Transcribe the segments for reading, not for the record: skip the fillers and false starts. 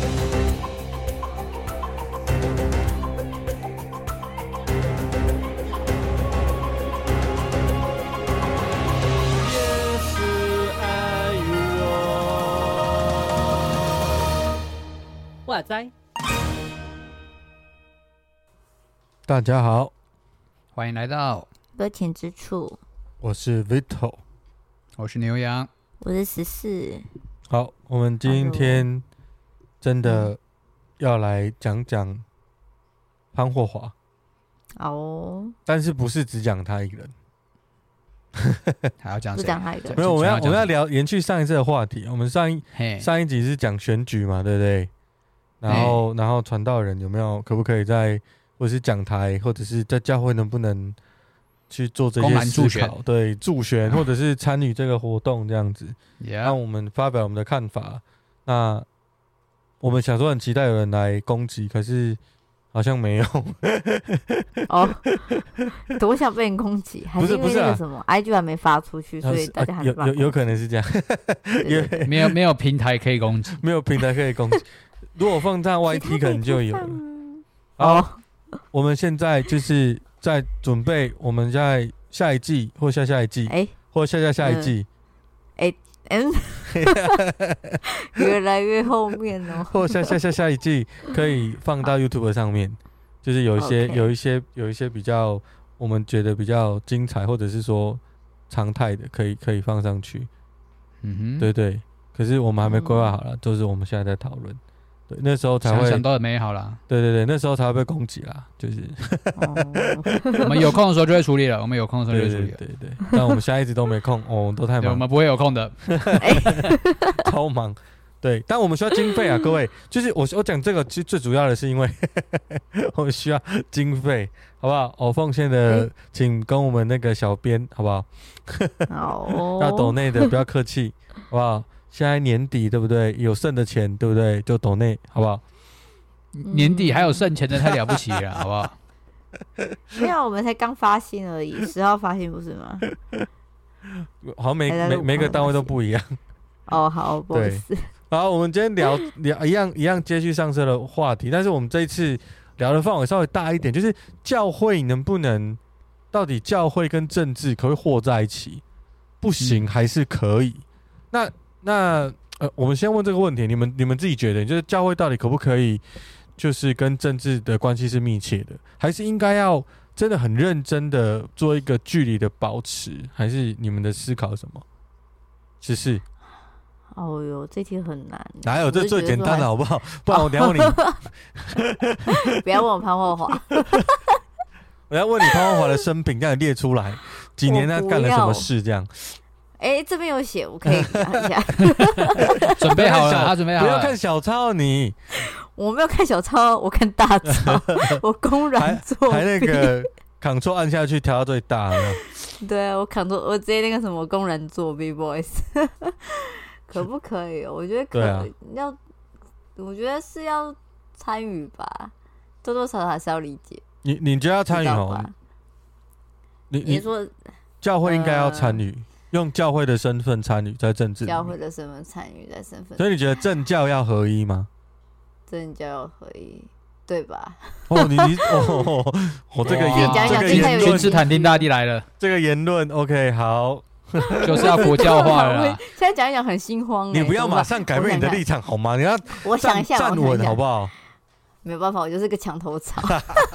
哇塞！ 大家好， 欢迎来到搁浅之处， 我是 Vito， 我是牛羊， 我是14。 好，我们今天真的要来讲讲潘霍华， 哦， 但是不是只讲他一个人， 还要讲谁？ 不讲他一个人没有，我们要聊延续上一次的话题。我们上一集是讲选举嘛，对不对？然后传道人有没有可不可以在，或者是讲台，或者是在教会能不能去做这些思考？对，助选或者是参与这个活动这样子，让我们发表我们的看法。那我们想说很期待有人来攻击，可是好像没有。 哦，多想被人攻击，还是因为那个什么 IG 还没发出去，所以大家还是有可能是这样。 没有平台可以攻击， 没有平台可以攻击。如果放在 YT 可能就有了。好，我们现在就是在准备，我们在下一季或下一季，或下一季， 越来越后面哦。 或下一季可以放到 YouTube 上面，就是有一些比较我们觉得比较精彩，或者是说常态的，可以放上去。对对。可是我们还没规划好了，都是我们现在在讨论。对，那时候才会想到的美好啦。 对对对，那时候才会被攻击啦，就是。 我们有空的时候就会处理了， 对，但我们现在一直都没空，都太忙。 我们不会有空的， 超忙。对，但我们需要经费啊，各位。就是我讲这个，其实最主要的是因为我们需要经费，好不好？奉献的，请跟我们那个小编，好不好？要抖内的不要客气，好不好？现在年底对不对？有剩的钱对不对？就抖内好不好？ 年底还有剩钱的太了不起了，好不好？ 没有，我们才刚发薪而已，10号发薪不是吗？ 好像每个单位都不一样。 哦，好，不好意思。 好，我们今天聊一样接续上次的话题，但是我们这一次聊的范围稍微大一点，就是教会能不能，到底教会跟政治可不可以和在一起？不行还是可以？那我们先问这个问题，你们自己觉得，就是教会到底可不可以，就是跟政治的关系是密切的，还是应该要真的很认真的做一个距离的保持？还是你们的思考什么？是。 哦哟，这题很难。 哪有，这最简单的好不好？不然我等一下问你。 不要问我潘霍华。 我要问你潘霍华的生平，让你列出来，几年他干了什么事这样。 这边有写，我可以讲一下。 准备好了，他准备好了。 不要看小抄你。 我没有看小抄，我看大抄。我公然作弊， 还那个 Ctrl 按下去调到最大。 对啊，我直接那个什么公然作弊 ，boys。可不可以？我觉得可以。我觉得是要参与吧，多多少少还是要理解。 你觉得要参与哦？你说教会应该要参与。用教会的身份参与在政治里面， 教会的身份参与在身份， 所以你觉得政教要合一吗？ 政教要合一，对吧？ 我这个言论，君士坦丁大帝来了， 这个言论 OK 好， 就是要国教化了啦。 现在讲一讲很心慌， 你不要马上改变你的立场好吗？你要我想一下站稳好不好？ 没有办法，我就是个墙头草。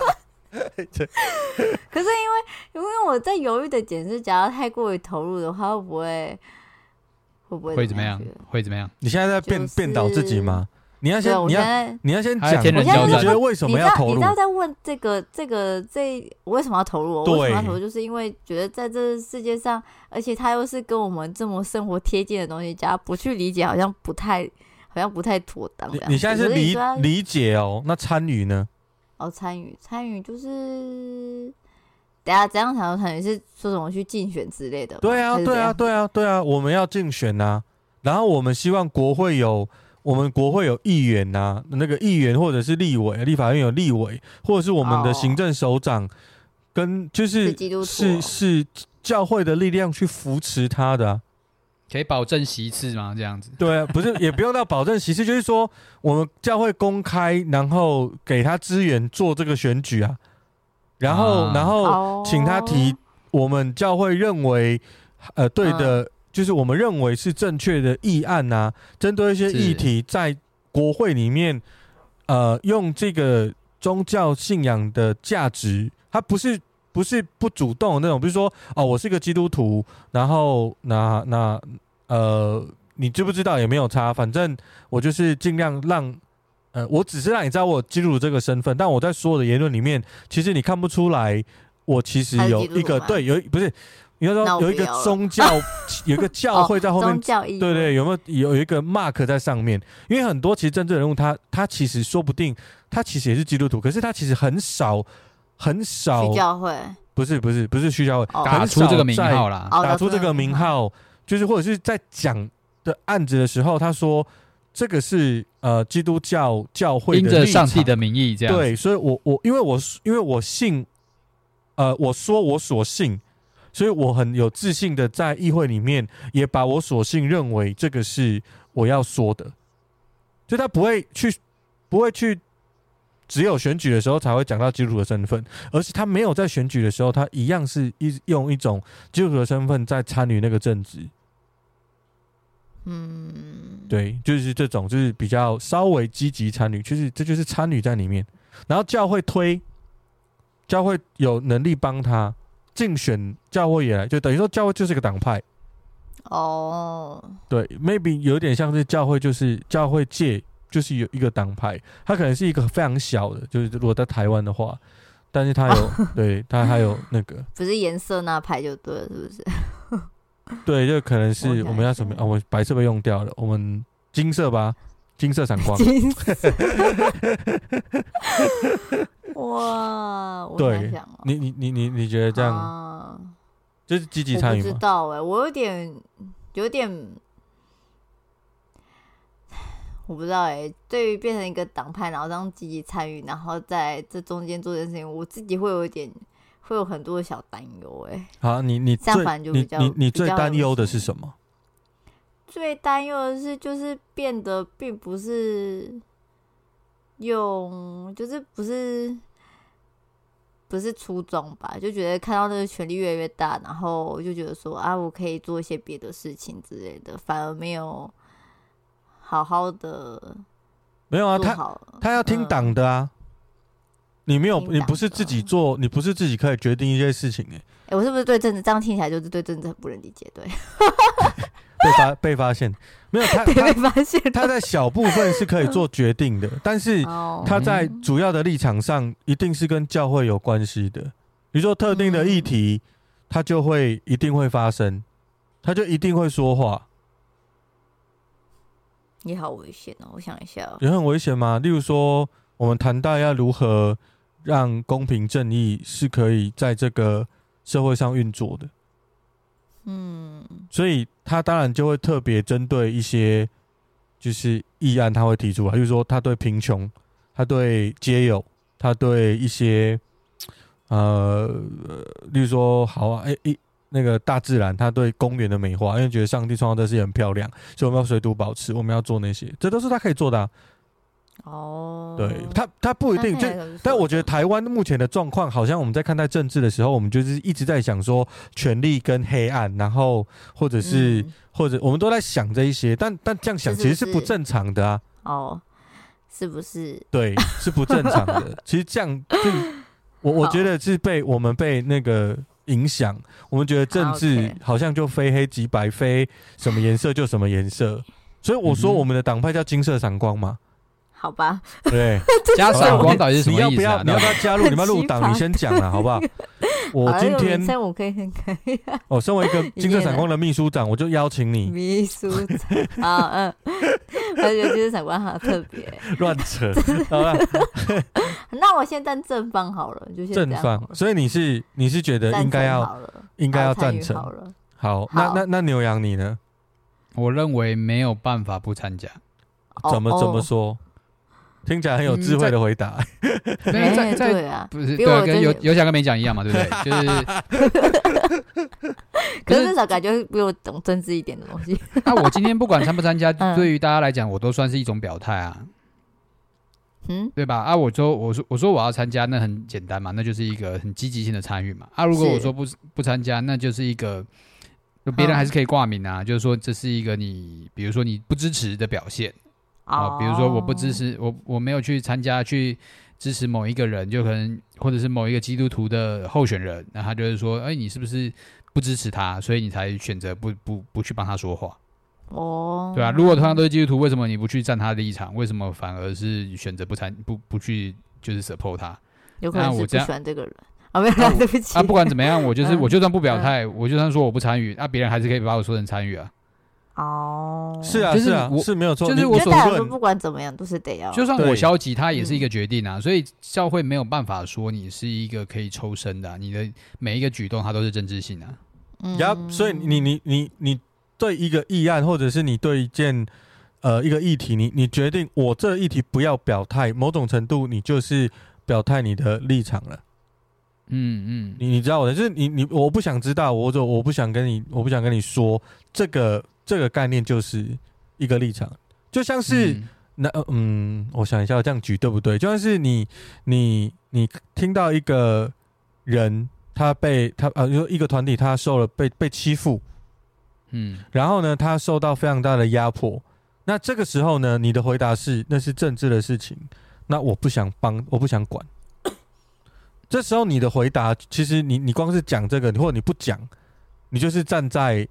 可是因为我在犹豫的点是，假如太过于投入的话，会不会怎么样？会怎么样？ 你现在在辩倒自己吗？你要先讲， 你觉得为什么要投入？ 你知道在问这我为什么要投入？我为什么要投入？就是因为觉得在这世界上，而且它又是跟我们这么生活贴近的东西，假如不去理解，好像不太妥当。 你现在是理解哦，那参与呢？ 参与就是等下怎样才能参与？是说什么去竞选之类的吗？ 对啊，我们要竞选啊，然后我们希望我们国会有议员啊，那个议员或者是立委，立法院有立委，或者是我们的行政首长，跟就是是教会的力量去扶持他的啊。 可以保证席次吗？这样子？ 对啊，不是也不用到保证席次，就是说我们教会公开，然后给他资源做这个选举啊，然后请他提我们教会认为对的，就是我们认为是正确的议案啊，针对一些议题在国会里面，用这个宗教信仰的价值，它不是不主动的那种，比如说我是一个基督徒，然后你知不知道也没有差，反正我就是尽量让我只是让你知道我有基督徒这个身份，但我在所有的言论里面，其实你看不出来，我其实有一个不是。应该说有一个宗教，有一个教会在后面， 宗教意味， 对对，有一个 mark 在上面。因为很多其实政治人物他其实说不定他其实也是基督徒，可是他其实很少去教会， 不是去教会， 打出这个名号啦， 打出这个名号，就是或者是在讲的案子的时候，他说这个是基督教教会的立场， 因着上帝的名义这样。 对，所以因为我信，我说我所信。所以我很有自信的在议会里面也把我所信认为这个是我要说的，就他不会去只有选举的时候才会讲到基督徒的身份，而是他没有在选举的时候，他一样是用一种基督徒的身份在参与那个政治。对，就是这种，就是比较稍微积极参与，就是这就是参与在里面。然后教会有能力帮他。竞选教会也来，就等于说教会就是个党派。对 ，maybe 有点像是教会，就是教会界就是有一个党派，它可能是一个非常小的，就是如果在台湾的话，但是它有，对，它还有那个， 不是颜色那派就对了，是不是？对， 就可能是我们要什么我们白色被用掉了，我们金色吧，金色闪光。 金色哇，我在想你觉得这样，就是积极参与吗？ 我不知道我有点，我不知道对于变成一个党派，然后这样积极参与，然后在这中间做这件事情，我自己会有很多的小担忧好，你这样反正就比较你最担忧的是什么？ 最担忧的是就是变得并不是就是不是初衷吧，就觉得看到那个权力越来越大，然后我就觉得说我可以做一些别的事情之类的，反而没有好好的。 没有啊，他要听党的啊。你不是自己做，你不是自己可以决定一些事情我是不是对政治这样听起来就是对政治很不能理解？对。 被发现没有他被发现， 他在小部分是可以做决定的，但是他在主要的立场上一定是跟教会有关系的。比如说特定的议题，他就会一定会发生，他就一定会说话。 也好危险我想一下也很危险吗？例如说，我们谈到要如何让公平正义是可以在这个社会上运作的。所以他当然就会特别针对一些就是议案，他会提出来，就是说他对贫穷，他对街友，他对一些例如说那个大自然，他对公园的美化，因为觉得上帝创造这世界很漂亮，所以我们要水土保持，我们要做那些，这都是他可以做的对，他不一定但我觉得台湾目前的状况，好像我们在看待政治的时候，我们就是一直在想说权力跟黑暗，然后或者我们都在想这一些，但这样想其实是不正常的啊。 是不是？ 对，是不正常的。其实这样就我觉得是我们被那个影响，我们觉得政治好像就非黑即白，非什么颜色就什么颜色，所以我说我们的党派叫金色闪光嘛。 好吧， 对， 加闪光到底是什么意思？ 你要不要加入？你们入党，你先讲了，好不好？我今天我可以身为一个金色闪光的秘书长，我就邀请你。 秘书长我觉得金色闪光好特别。 乱扯，好了。 那我先站正方好了，就先正方。所以你是觉得应该要赞成？好，那牛羊你呢？ 我认为没有办法不参加。 怎么说？听起来很有智慧的回答。 对啊， 不是对，跟有讲跟没讲一样嘛，对不对？就是， 可是至少感觉比我懂政治一点的东西。 我今天不管参不参加，对于大家来讲，我都算是一种表态啊。对吧？我说我要参加，那很简单嘛，那就是一个很积极性的参与嘛。如果我说不参加，那就是一个别人还是可以挂名啊，就是说这是一个你，比如说你不支持的表现比如说我不支持，我没有去参加去支持某一个人，就可能或者是某一个基督徒的候选人，那他就是说，你是不是不支持他，所以你才选择不去帮他说话？对啊，如果同样都是基督徒，为什么你不去站他的立场？为什么反而是选择不去就是 support 他？ 有可能是不喜欢这个人没有对不起不管怎么样，我就算不表态，我就算说我不参与，别人还是可以把我说成参与啊。 是啊， 就是是没有错， 就是我所说不管怎么样都是得要， 就算我消极，它也是一个决定啊。所以教会没有办法说你是一个可以抽身的你的每一个举动它都是政治性啊。 所以你对一个议案，或者是你对一件一个议题，你决定我这个议题不要表态，某种程度你就是表态你的立场了。你知道我的，就是我不想知道，我不想跟你说这个概念就是一个立场，就像是我想一下这样举对不对？就像是你听到一个人一个团体他受了被欺负。然后呢，他受到非常大的压迫。那这个时候呢，你的回答是那是政治的事情，那我不想管。这时候你的回答，其实你光是讲这个，或者你不讲，你就是站在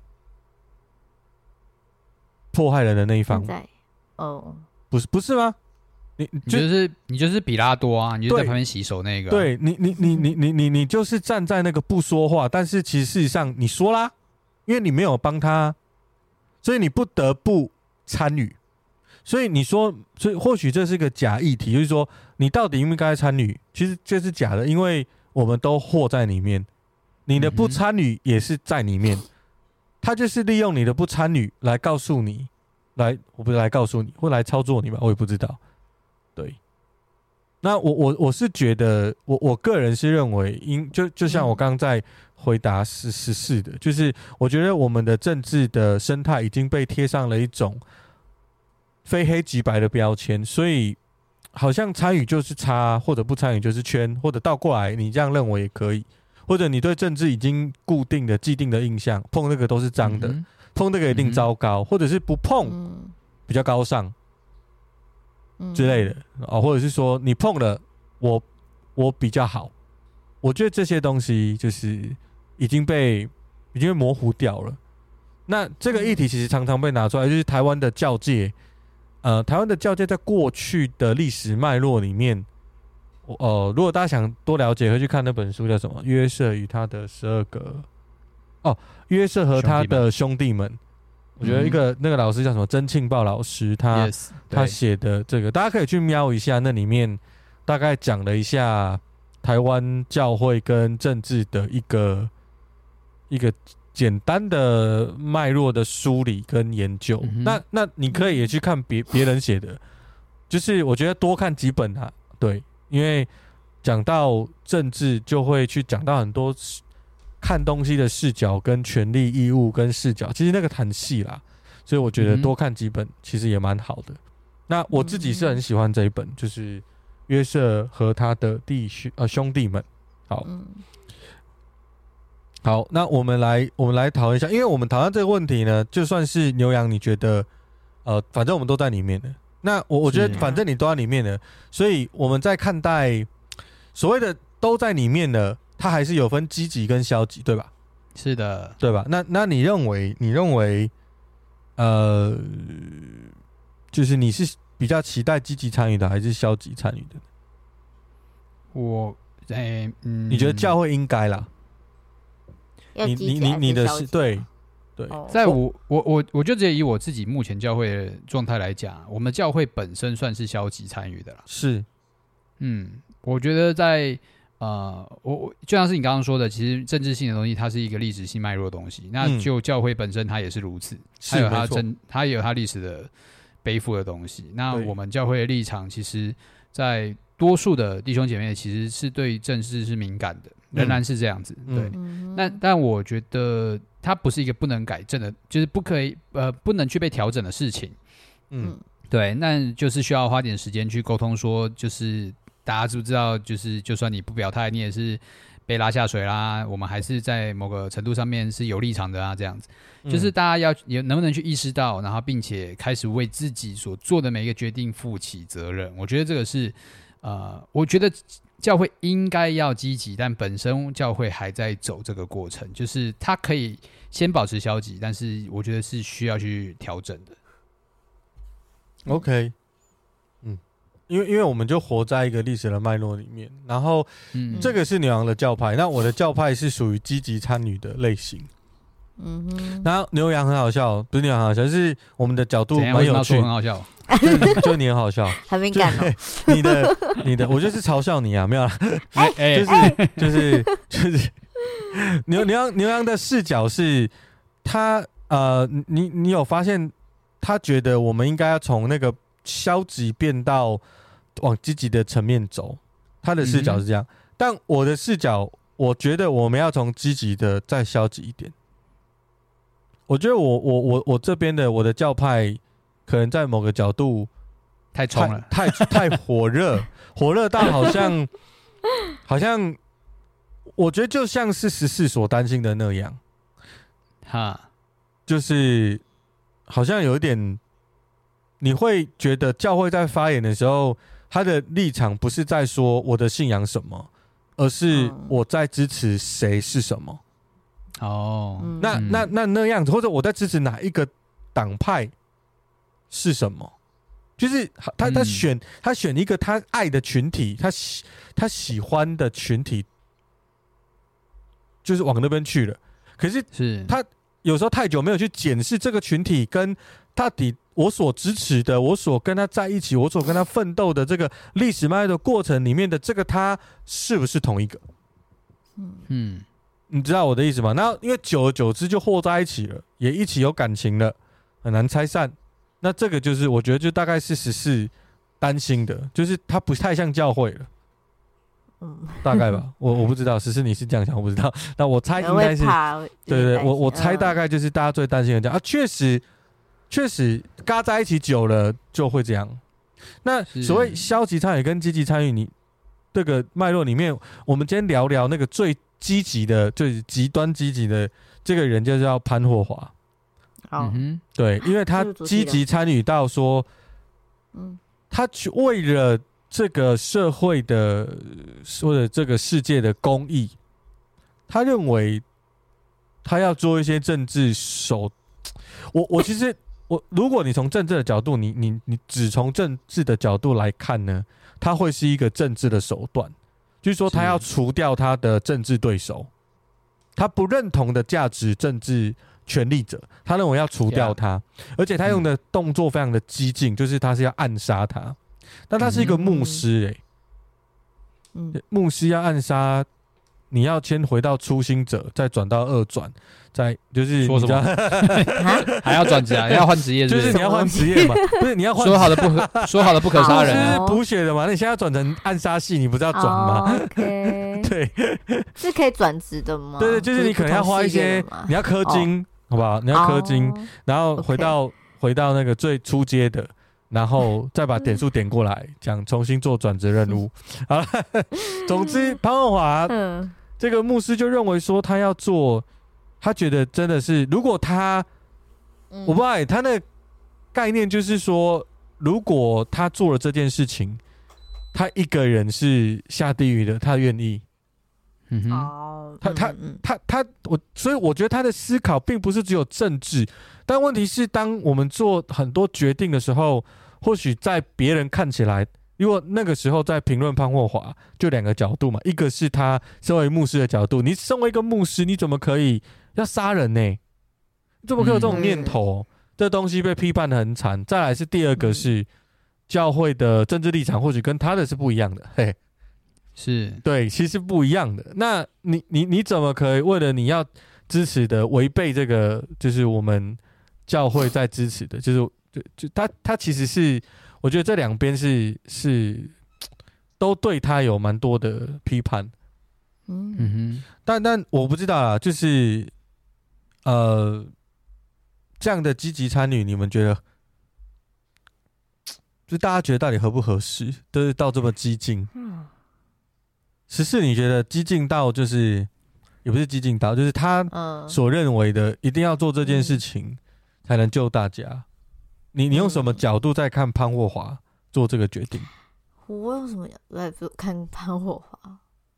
迫害人的那一方。不是吗？ 你就是比拉多啊，你就在旁边洗手那个。 对你就是站在那个不说话，但是其实事实上你说啦。因为你没有帮他，所以你不得不参与。所以你说，所以或许这是个假议题，就是说你到底应不应该参与？其实这是假的，因为我们都和在里面，你的不参与也是在里面。他就是利用你的不参与来告诉你，我不是来告诉你，或来操作你吧，我也不知道。对，那我是觉得，我个人是认为，就像我刚刚在回答是的，就是我觉得我们的政治的生态已经被贴上了一种非黑即白的标签，所以好像参与就是差，或者不参与就是圈，或者倒过来你这样认为也可以，或者你对政治已经固定的既定的印象，碰那个都是脏的，碰那个一定糟糕，或者是不碰比较高尚之类的或者是说你碰了我比较好。我觉得这些东西就是已经被模糊掉了。那这个议题其实常常被拿出来，就是台湾的教界，台湾的教界在过去的历史脉络里面，如果大家想多了解，可以去看那本书叫什么《约瑟与他的12个》约瑟和他的兄弟们。我觉得那个老师叫什么曾庆豹老师，他写的这个，大家可以去瞄一下，那里面大概讲了一下台湾教会跟政治的一个简单的脉络的梳理跟研究。那你可以也去看别人写的，就是我觉得多看几本啊，对，因为讲到政治就会去讲到很多看东西的视角跟权利义务跟视角，其实那个很细啦，所以我觉得多看几本其实也蛮好的。那我自己是很喜欢这一本，就是约瑟和他的兄弟们。好，那我们来讨论一下，因为我们讨论这个问题呢，就算是牛羊，你觉得反正我们都在里面的，那我觉得反正你都在里面的，所以我们在看待所谓的都在里面的，它还是有分积极跟消极，对吧？ 是的， 对吧？那你认为就是你是比较期待积极参与的，还是消极参与的？你觉得教会应该啦？你的是对， 在我就直接以我自己目前教会的状态来讲，我们教会本身算是消极参与的啦。 是， 我觉得在我就像是你刚刚说的，其实政治性的东西，它是一个历史性脉络的东西。那就教会本身，它也是如此，它也有它历史的背负的东西。那我们教会的立场，其实在多数的弟兄姐妹其实是对政治是敏感的，仍然是这样子。对，但我觉得它不是一个不能改正的，就是不能去被调整的事情。对，那就是需要花点时间去沟通，说就是大家知不知道，就是就算你不表态，你也是被拉下水啦，我们还是在某个程度上面是有立场的啊，这样子。就是大家能不能去意识到，然后并且开始为自己所做的每一个决定负起责任。我觉得这个是我觉得教会应该要积极，但本身教会还在走这个过程，就是它可以先保持消极，但是我觉得是需要去调整的。 OK， 因为我们就活在一个历史的脉络里面，然后这个是牛羊的教派，那我的教派是属于积极参与的类型。然后牛羊很好笑，不是牛羊很好笑，就是我们的角度蛮有趣， 很好笑， 就你很好笑， 很敏感哦。 你的，我就是嘲笑你啊，没有啦，就是牛羊的视角是他你有发现他觉得我们应该要从那个消极变到往积极的层面走，他的视角是这样，但我的视角，我觉得我们要从积极的再消极一点。我觉得我这边的我的教派可能在某个角度太冲了， 太火热到好像我觉得就像是14所担心的那样，就是好像有一点，你会觉得教会在发言的时候，他的立场不是在说我的信仰什么，而是我在支持谁是什么。那样子，或者我在支持哪一个党派是什么？就是他选一个他爱的群体，他喜欢的群体，就是往那边去了。可是他有时候太久没有去检视这个群体跟到底我所支持的，我所跟他在一起，我所跟他奋斗的这个历史脉络的过程里面的这个他是不是同一个？你知道我的意思吗？那因为久而久之就和在一起了，也一起有感情了，很难拆散。那这个就是我觉得就大概是14担心的，就是他不太像教会了。大概吧，我不知道14你是这样想，我不知道。那我猜应该是，对，我猜大概就是大家最担心的这样啊。确实，嘎在一起久了就会这样。那所谓消极参与跟积极参与，你这个脉络里面，我们今天聊聊那个最积极的、最极端积极的这个人，就叫潘霍华。对，因为他积极参与到说，他为了这个社会的或者这个世界的公益，他认为他要做一些政治我其实如果你从政治的角度，你只从政治的角度来看呢，他会是一个政治的手段，就是说他要除掉他的政治对手，他不认同的价值政治权力者，他认为要除掉他，而且他用的动作非常的激进，就是他是要暗杀他。但他是一个牧师牧师要暗杀，你要先回到初心者，再转到二转，再就是说什么还要转职啊？要换职业是不是？ 就是你要换职业嘛？不是你要换说好的不可杀人啊？是补血的嘛？那你现在要转成暗杀系，你不是要转吗 ？OK， 对， 是可以转职的吗？ 对，就是你可能要花一些，你要氪金，好不好？你要氪金，然后回到那个最初阶的。然后再把点数点过来，讲重新做转职任务。好了，总之潘霍华这个牧师就认为说，他要做，他觉得真的是，如果他，我不知道他的概念就是说，如果他做了这件事情，他一个人是下地狱的，他愿意。所以我觉得他的思考并不是只有政治，但问题是，当我们做很多决定的时候，或许在别人看起来，如果那个时候在评论潘霍华，就两个角度嘛，一个是他身为牧师的角度，你身为一个牧师，你怎么可以要杀人呢？你怎么可以有这种念头？这东西被批判的很惨。再来是第二个是教会的政治立场，或许跟他的是不一样的，嘿。 是对，其实不一样的。那你怎么可以为了你要支持的违背这个，就是我们教会在支持的，就是他其实是，我觉得这两边是都对他有蛮多的批判。但我不知道啦，就是这样的积极参与，你们觉得，就大家觉得到底合不合适？都是到这么激进。14，你觉得激进到就是也不是激进到，就是他所认为的一定要做这件事情才能救大家。你用什么角度在看潘霍华做这个决定？ 我用什么角度在看潘霍华？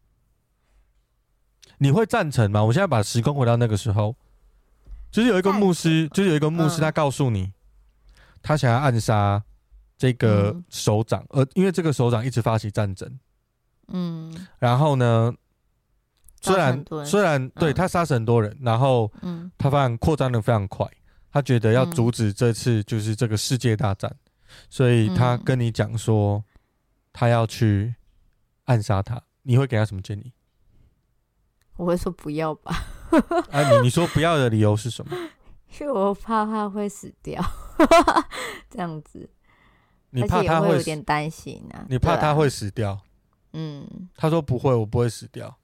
你会赞成吗？我现在把时空回到那个时候，就是有一个牧师，他告诉你，他想要暗杀这个首长，因为这个首长一直发起战争，然后呢，虽然对他杀死很多人，然后他发现扩张的非常快，他觉得要阻止这次就是这个世界大战，所以他跟你讲说，他要去暗杀他，你会给他什么建议？ 我会说不要吧。 你说不要的理由是什么？ 因为我怕他会死掉，这样子。 你怕他会有点担心啊？ 你怕他会死掉？他说不会，我不会死掉。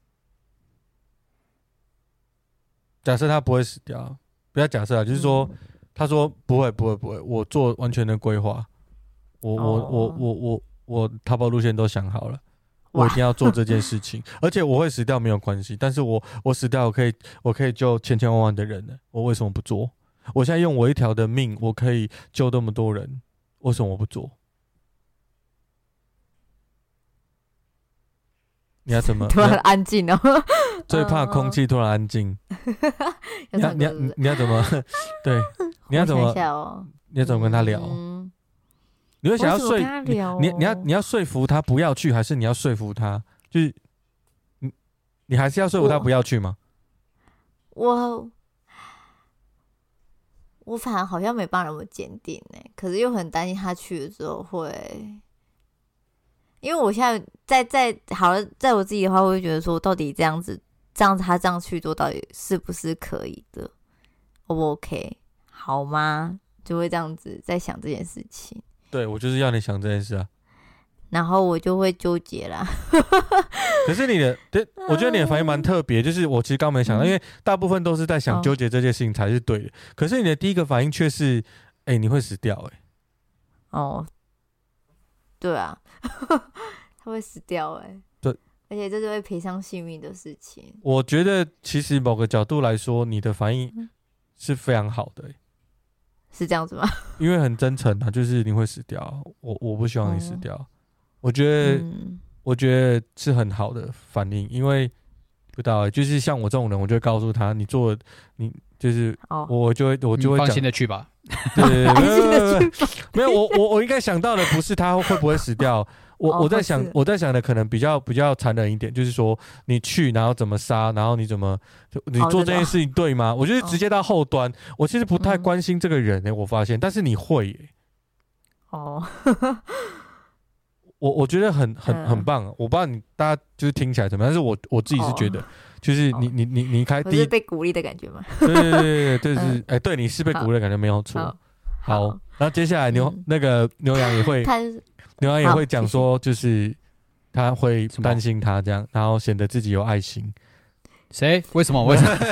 假设他不会死掉，不要假设啊，就是说，他说不会，我做完全的规划，我逃跑路线都想好了。我一定要做这件事情，而且我会死掉没有关系，但是我死掉我可以救千千万万的人呢，我为什么不做？我现在用我一条的命，我可以救那么多人，为什么我不做？你要怎么？ 突然安静哦， 最怕空气突然安静。你要怎么？对，你要怎么？你要怎么跟他聊？你会想要你要说服他不要去，还是你要说服他？就是你还是要说服他不要去吗？ 我反而好像没办法那么坚定可是又很担心他去了之后会，因为我现在好了，在我自己的话，我会觉得说，到底这样子他这样去做，到底是不是可以的 ？O 不 OK 好吗？就会这样子在想这件事情。 对，我就是要你想这件事啊， 然后我就会纠结啦。 可是我觉得你的反应蛮特别，就是我其实刚没想到，因为大部分都是在想纠结这件事情才是对的，可是你的第一个反应却是，你会死掉对啊，他会死掉对， 而且这是会赔上性命的事情。 我觉得其实某个角度来说，你的反应是非常好的是这样子吗？因为很真诚啊，就是你会死掉，我不希望你死掉。我觉得是很好的反应，因为不知道就是像我这种人，我就会告诉他，你就是我就会放心的去吧。 对，没有我应该想到的不是他会不会死掉。我在想的可能比较残忍一点，就是说你去，然后怎么杀，然后你做这件事情对吗？我觉得直接到后端，我其实不太关心这个人我发现，但是你会我觉得很棒，我不知道大家就是听起来怎么样，但是我自己是觉得，就是你开第一被鼓励的感觉吗？ 对，就是对，你是被鼓励的感觉没有错。好，然后接下来那个牛羊也会。牛羊也会讲说，就是他会担心他这样，然后显得自己有爱心。 谁？为什么？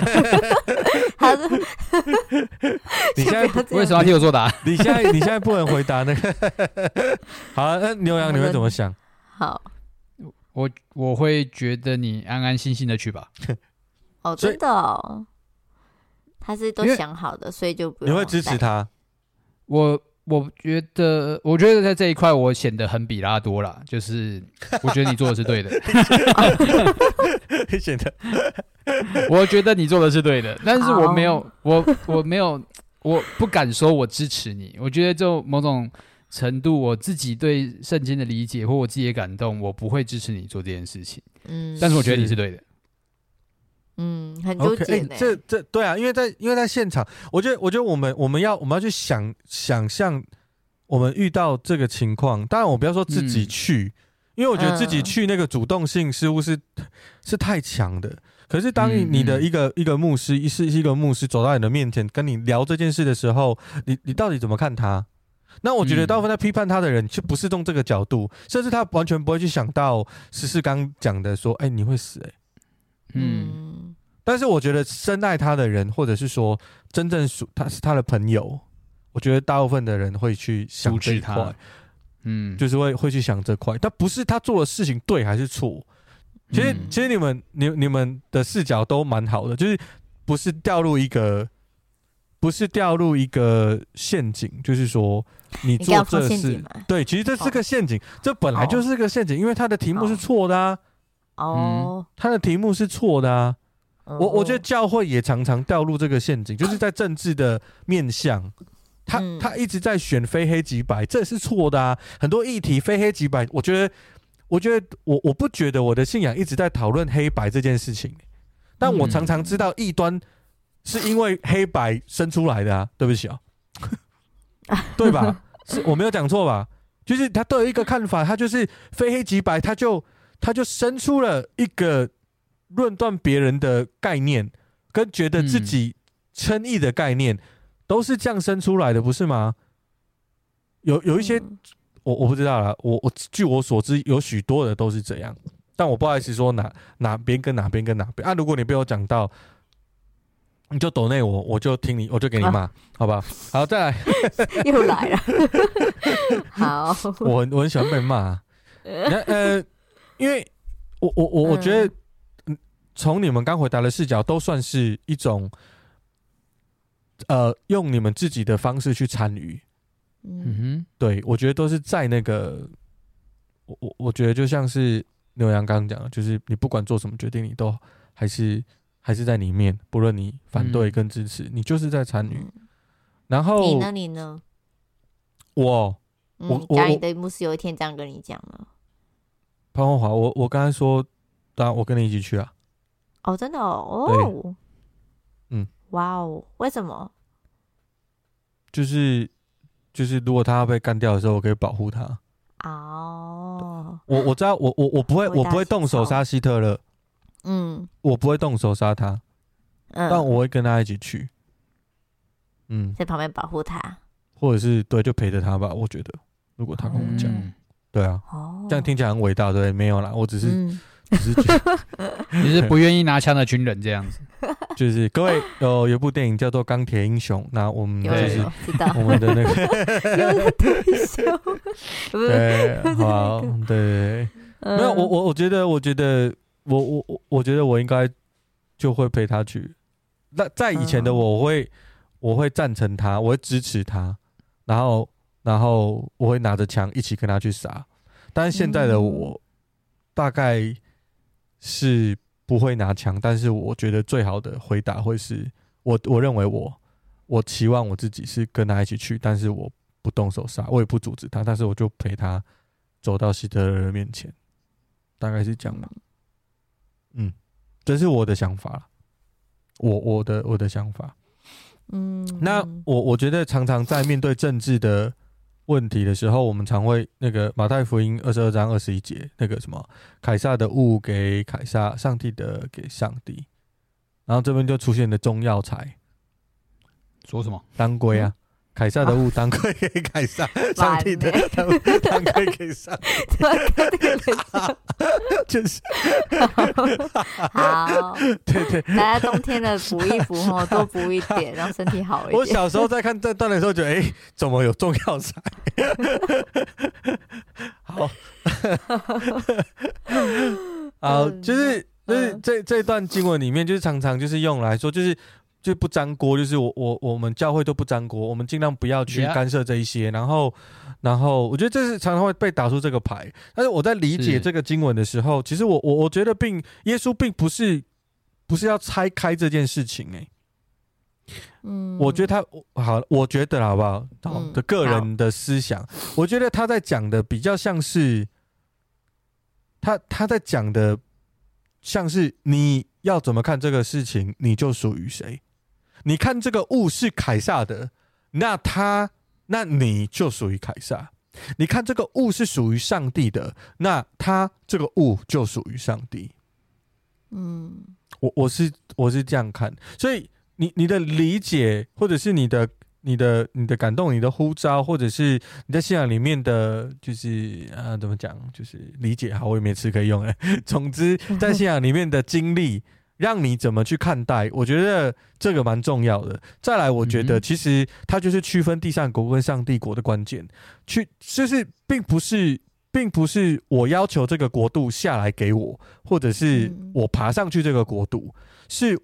你现在为什么要替我作答？ 你现在不能回答那个。好，那牛羊你会怎么想？ 好， 我会觉得你安安心心的去吧。 真的他是都想好的，所以就不用。 你会支持他？ 我觉得在这一块我显得很比拉多啦，就是我觉得你做的是对的。 显得， 我觉得你做的是对的，但是我没有，我不敢说我支持你。我觉得就某种程度，我自己对圣经的理解或我自己的感动，我不会支持你做这件事情。但是我觉得你是对的。 很纠结这对啊，因为在现场，我觉得我们要去想象我们遇到这个情况。当然，我不要说自己去，因为我觉得自己去那个主动性似乎是太强的。可是当你的一个牧师一个牧师走到你的面前跟你聊这件事的时候，你到底怎么看他？ 那我觉得大部分在批判他的人就不是用这个角度，甚至他完全不会去想到14刚讲的说，你会死但是我觉得深爱他的人，或者是说真正他是他的朋友，我觉得大部分的人会去想这一块，就是会去想这块，但不是他做的事情对还是错。其实你们的视角都蛮好的，就是不是掉入一个陷阱，就是说你做这事，对，其实这是个陷阱，这本来就是个陷阱，因为他的题目是错的啊。他的题目是错的啊。我觉得教会也常常掉入这个陷阱，就是在政治的面向，他一直在选非黑即白，这是错的啊。很多议题非黑即白，我觉得我不觉得我的信仰一直在讨论黑白这件事情，但我常常知道异端是因为黑白生出来的啊，对不起啊，对吧？是我没有讲错吧？就是他都有一个看法，他就是非黑即白，他就生出了一个论断别人的概念，跟觉得自己称义的概念，都是这样生出来的，不是吗？有一些我不知道啦，我据我所知，有许多的都是这样，但我不好意思说哪边跟哪边跟哪边啊。如果你被我讲到，你就抖内我就听你，我就给你骂，好吧？好，再来， 又来了，好， 我很喜欢被骂，因为我觉得。从你们刚回答的视角，都算是一种，用你们自己的方式去参与，对，我觉得都是在那个，我觉得就像是牛羊刚刚讲的，就是你不管做什么决定，你都还是在里面，不论你反对跟支持，你就是在参与。然后你呢？ 假如你的牧师有一天这样跟你讲呢？ 潘宏华，我刚才说，当然我跟你一起去啊。 真的哇哦，为什么？ 就是如果他要被干掉的时候，我可以保护他。我知道，我不会动手杀希特勒，我不会动手杀他，但我会跟他一起去， 在旁边保护他， 或者是对，就陪着他吧。我觉得，如果他跟我讲，对啊，这样听起来很伟大，对，没有啦，我只是觉得你是不愿意拿枪的军人这样子。 就是各位有一部电影叫做《钢铁英雄》，那我们就是我们的那个对，好，对，没有我觉得我觉得我应该就会陪他去。那在以前的我会赞成他，我会支持他，然后我会拿着枪一起跟他去杀。但是现在的我大概是不会拿枪，但是我觉得最好的回答会是我认为我期望我自己是跟他一起去，但是我不动手杀，我也不阻止他，但是我就陪他走到希特勒的面前，大概是这样吧。这是我的想法啦，我的想法。那我觉得常常在面对政治的问题的时候，我们常会那个马太福音22章21节那个什么，凯撒的物给凯撒，上帝的给上帝。然后这边就出现了中药材， 说什么？ 当归啊，凯撒的物当归给凯撒，上帝的当归给上帝。就是好， 对， 大家冬天的补一补哦，多补一点，让身体好一点。 我小时候在看这段的时候，觉得怎么有中药材？好，就是这段经文里面，就是常常就是用来说，就不沾锅，就是我们教会都不沾锅，我们尽量不要去干涉这一些。然后我觉得这是常常会被打出这个牌。但是我在理解这个经文的时候，其实我觉得耶稣并不是要拆开这件事情我觉得我觉得好不好？的个人的思想，我觉得他在讲的比较像是他在讲的像是你要怎么看这个事情，你就属于谁。你看这个物是凯撒的，那你就属于凯撒。你看这个物是属于上帝的，那他这个物就属于上帝。我是这样看，所以你的理解或者是你的你的感动，你的呼召，或者是你在信仰里面的，就是怎么讲，就是理解。好，我也没词可以用总之，在信仰里面的经历，让你怎么去看待，我觉得这个蛮重要的。再来，我觉得其实它就是区分地上国跟上帝国的关键，就是并不是我要求这个国度下来给我，或者是我爬上去这个国度，是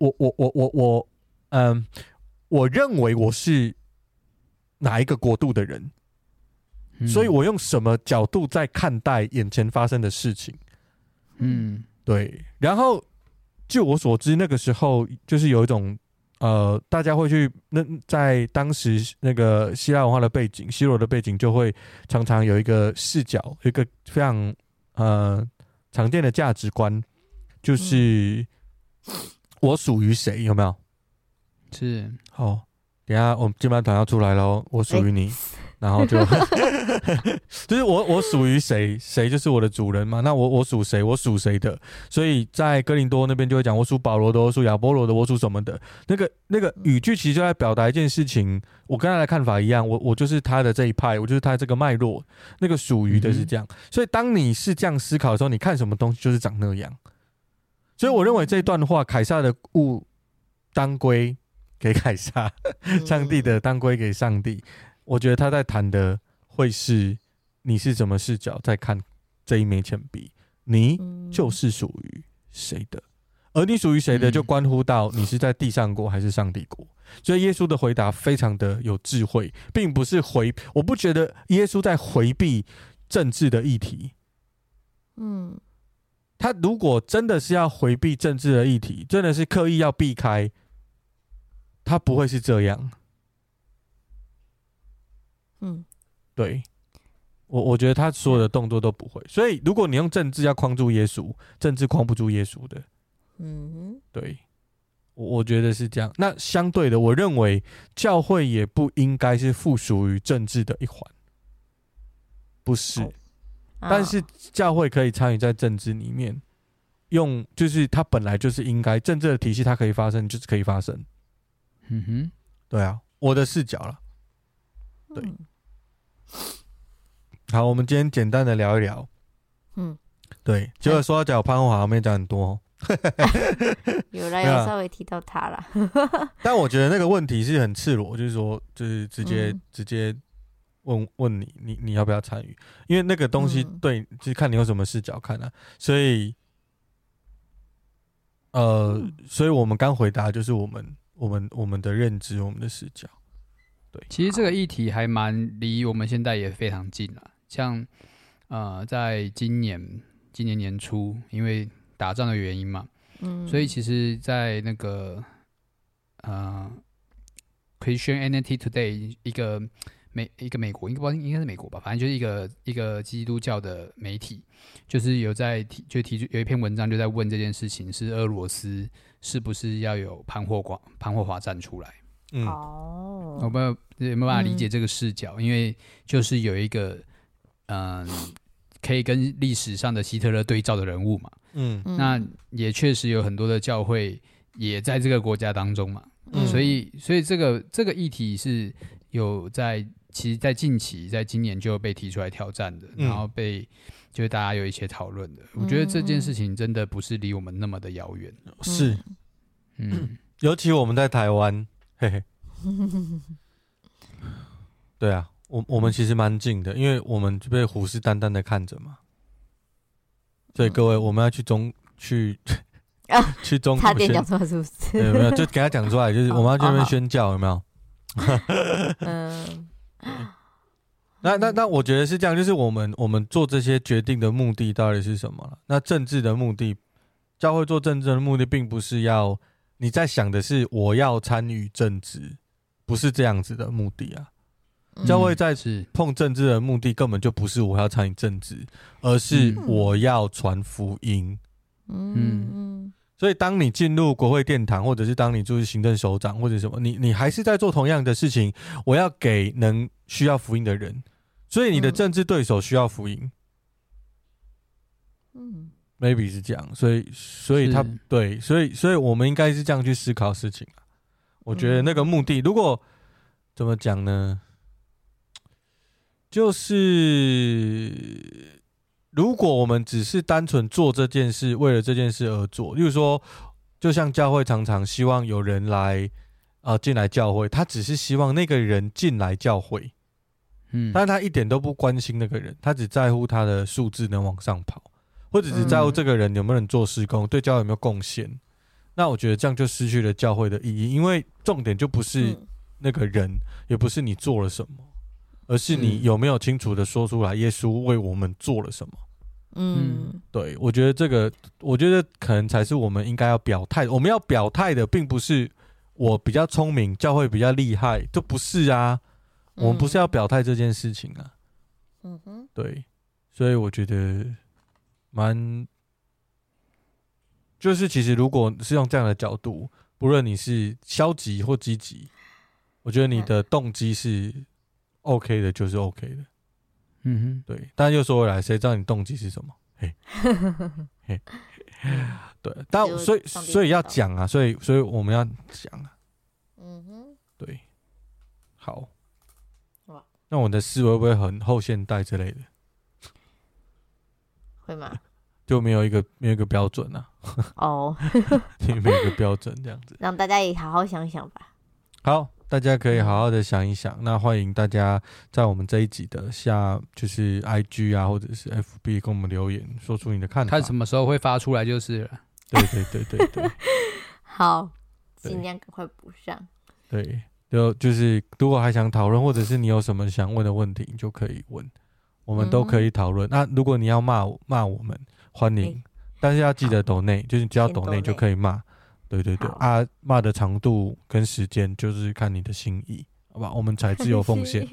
我认为我是哪一个国度的人，所以我用什么角度在看待眼前发生的事情。对。然后据我所知，那个时候就是有一种大家会去在当时那个希腊文化的背景，希罗的背景，就会常常有一个视角，有一个非常常见的价值观，就是我属于谁，有没有？ 是。 好，等一下我们接班团要出来咯，我属于你。然后就就是我属于谁，谁就是我的主人嘛。那我属谁，我属谁的。所以在哥林多那边就会讲，我属保罗的，我属亚波罗的，我属什么的。那个语句其实就在表达一件事情，我跟他的看法一样，我就是他的这一派，我就是他这个脉络。那个属于的是这样。所以当你是这样思考的时候，你看什么东西就是长那样。所以我认为这段话，凯撒的物当归给凯撒，上帝的当归给上帝。我觉得他在谈的会是你是什么视角在看这一枚钱币，你就是属于谁的，而你属于谁的就关乎到你是在地上国还是上帝国。所以耶稣的回答非常的有智慧，并不是我不觉得耶稣在回避政治的议题。他如果真的是要回避政治的议题，真的是刻意要避开，他不会是这样。对，我觉得他所有的动作都不会。所以如果你用政治要框住耶稣，政治框不住耶稣的。对，我觉得是这样。那相对的，我认为教会也不应该是附属于政治的一环，不是。但是教会可以参与在政治里面，就是它本来就是应该政治的体系，它可以发生就是可以发生。对啊，我的视角啦。对。好，我们今天简单的聊一聊。对，结果说要讲潘宏华，没讲很多。 有啦，有稍微提到他啦。 但我觉得那个问题是很赤裸，就是说，就是直接问你要不要参与，因为那个东西对，就是看你用什么视角看啊。所以我们刚回答就是我们的认知，我们的视角。对， 其实这个议题还蛮离我们现在也非常近了。像在今年年初，因为打仗的原因嘛，所以其实在那个Christianity Today 一个美国，应该是美国吧，反正就是一个基督教的媒体，就是有提出有一篇文章就在问这件事情，是俄罗斯是不是要有潘霍华站出来？我们有没有办法理解这个视角？因为就是有一个可以跟历史上的希特勒对照的人物嘛。那也确实有很多的教会也在这个国家当中嘛。所以这个议题是有其实在近期在今年就被提出来挑战的，然后就是大家有一些讨论的。我觉得这件事情真的不是离我们那么的遥远。 是，尤其我们在台湾。嘿嘿，对啊，我们其实蛮近的，因为我们就被虎视眈眈的看着嘛。所以各位，我们要去中差点讲出来是不是？ 有没有？就给他讲出来，就是我们要去那边宣教，有没有？那我觉得是这样，就是我们做这些决定的目的到底是什么？那政治的目的，教会做政治的目的，并不是要。你在想的是我要参与政治，不是这样子的目的啊。教会在碰政治的目的根本就不是我要参与政治，而是我要传福音。所以当你进入国会殿堂，或者是当你就是行政首长或者什么，你还是在做同样的事情。我要给需要福音的人，所以你的政治对手需要福音。maybe 是这样，所以他对，所以我们应该是这样去思考事情。我觉得那个目的，如果怎么讲呢？就是如果我们只是单纯做这件事，为了这件事而做，例如说，就像教会常常希望有人来进来教会，他只是希望那个人进来教会，但是他一点都不关心那个人，他只在乎他的数字能往上跑，或者只在乎这个人能不能做事工，对教会有没有贡献。那我觉得这样就失去了教会的意义，因为重点就不是那个人，也不是你做了什么，而是你有没有清楚的说出来耶稣为我们做了什么。对，我觉得这个，我觉得可能才是我们应该要表态。我们要表态的，并不是我比较聪明，教会比较厉害，这不是啊。我们不是要表态这件事情啊。对，所以我觉得就是其实如果是用这样的角度，不论你是消极或积极，我觉得你的动机是 OK 的，就是 OK 的。对。但又说回来，谁知道你动机是什么？嘿，嘿，对。但所以要讲啊，所以我们要讲啊。对。好。那我的思维会不会很后现代之类的？ 会吗？ 就没有一个标准啊。没有一个标准这样子， 让大家也好好想想吧。 好，大家可以好好的想一想。那欢迎大家在我们这一集的下，就是 IG 啊，或者是 FB 跟我们留言，说出你的看法。 看什么时候会发出来就是了。 对。 好，尽量赶快补上。 对。就是如果还想讨论，或者是你有什么想问的问题，你就可以问，我们都可以讨论。那如果你要骂我们，欢迎，但是要记得抖内，就是只要抖内就可以骂。对啊，骂的长度跟时间就是看你的心意，好吧？我们才自由奉献，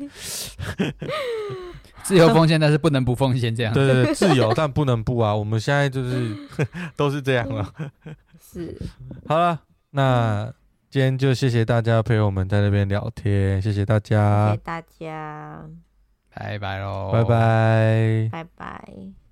自由奉献，但是不能不奉献，这样。 对，自由但不能不啊。我们现在就是都是这样了。 是。 好了，那今天就谢谢大家陪我们在那边聊天，谢谢大家， 谢谢大家， 拜拜喽， 拜拜， 拜拜。